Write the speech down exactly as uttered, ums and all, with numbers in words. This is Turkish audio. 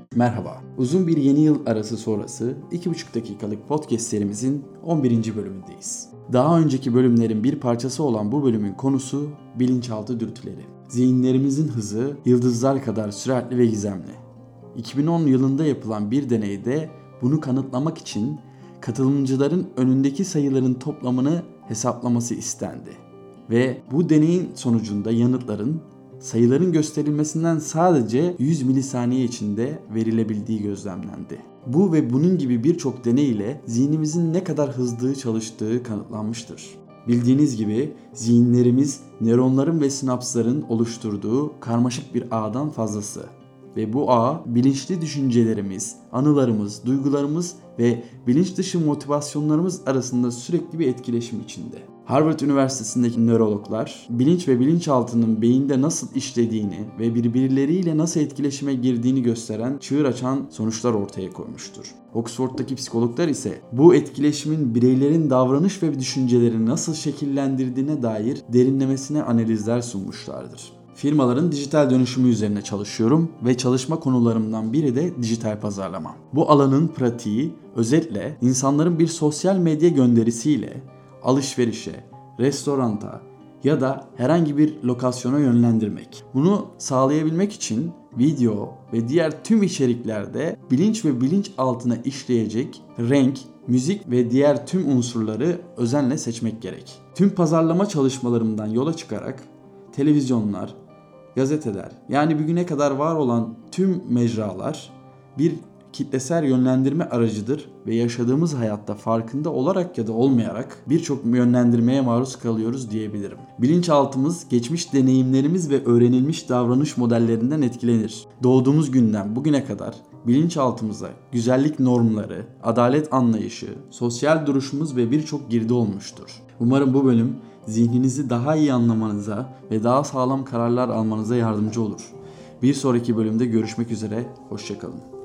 Merhaba, uzun bir yeni yıl arası sonrası iki buçuk dakikalık podcast serimizin on birinci bölümündeyiz. Daha önceki bölümlerin bir parçası olan bu bölümün konusu bilinçaltı dürtüleri. Zihinlerimizin hızı yıldızlar kadar süratli ve gizemli. iki bin on yılında yapılan bir deneyde bunu kanıtlamak için katılımcıların önündeki sayıların toplamını hesaplaması istendi. Ve bu deneyin sonucunda yanıtların sayıların gösterilmesinden sadece yüz milisaniye içinde verilebildiği gözlemlendi. Bu ve bunun gibi birçok deney ile zihnimizin ne kadar hızlı çalıştığı kanıtlanmıştır. Bildiğiniz gibi zihinlerimiz nöronların ve sinapsların oluşturduğu karmaşık bir ağdan fazlası. Ve bu ağ bilinçli düşüncelerimiz, anılarımız, duygularımız ve bilinç dışı motivasyonlarımız arasında sürekli bir etkileşim içinde. Harvard Üniversitesi'ndeki nörologlar bilinç ve bilinçaltının beyinde nasıl işlediğini ve birbirleriyle nasıl etkileşime girdiğini gösteren çığır açan sonuçlar ortaya koymuştur. Oxford'daki psikologlar ise bu etkileşimin bireylerin davranış ve düşüncelerini nasıl şekillendirdiğine dair derinlemesine analizler sunmuşlardır. Firmaların dijital dönüşümü üzerine çalışıyorum ve çalışma konularımdan biri de dijital pazarlama. Bu alanın pratiği özetle insanların bir sosyal medya gönderisiyle alışverişe, restoranta ya da herhangi bir lokasyona yönlendirmek. Bunu sağlayabilmek için video ve diğer tüm içeriklerde bilinç ve bilinç altına işleyecek renk, müzik ve diğer tüm unsurları özenle seçmek gerek. Tüm pazarlama çalışmalarımdan yola çıkarak televizyonlar, gazeteler, yani bugüne kadar var olan tüm mecralar bir kitlesel yönlendirme aracıdır ve yaşadığımız hayatta farkında olarak ya da olmayarak birçok yönlendirmeye maruz kalıyoruz diyebilirim. Bilinçaltımız geçmiş deneyimlerimiz ve öğrenilmiş davranış modellerinden etkilenir. Doğduğumuz günden bugüne kadar bilinçaltımıza güzellik normları, adalet anlayışı, sosyal duruşumuz ve birçok girdi olmuştur. Umarım bu bölüm zihninizi daha iyi anlamanıza ve daha sağlam kararlar almanıza yardımcı olur. Bir sonraki bölümde görüşmek üzere, hoşça kalın.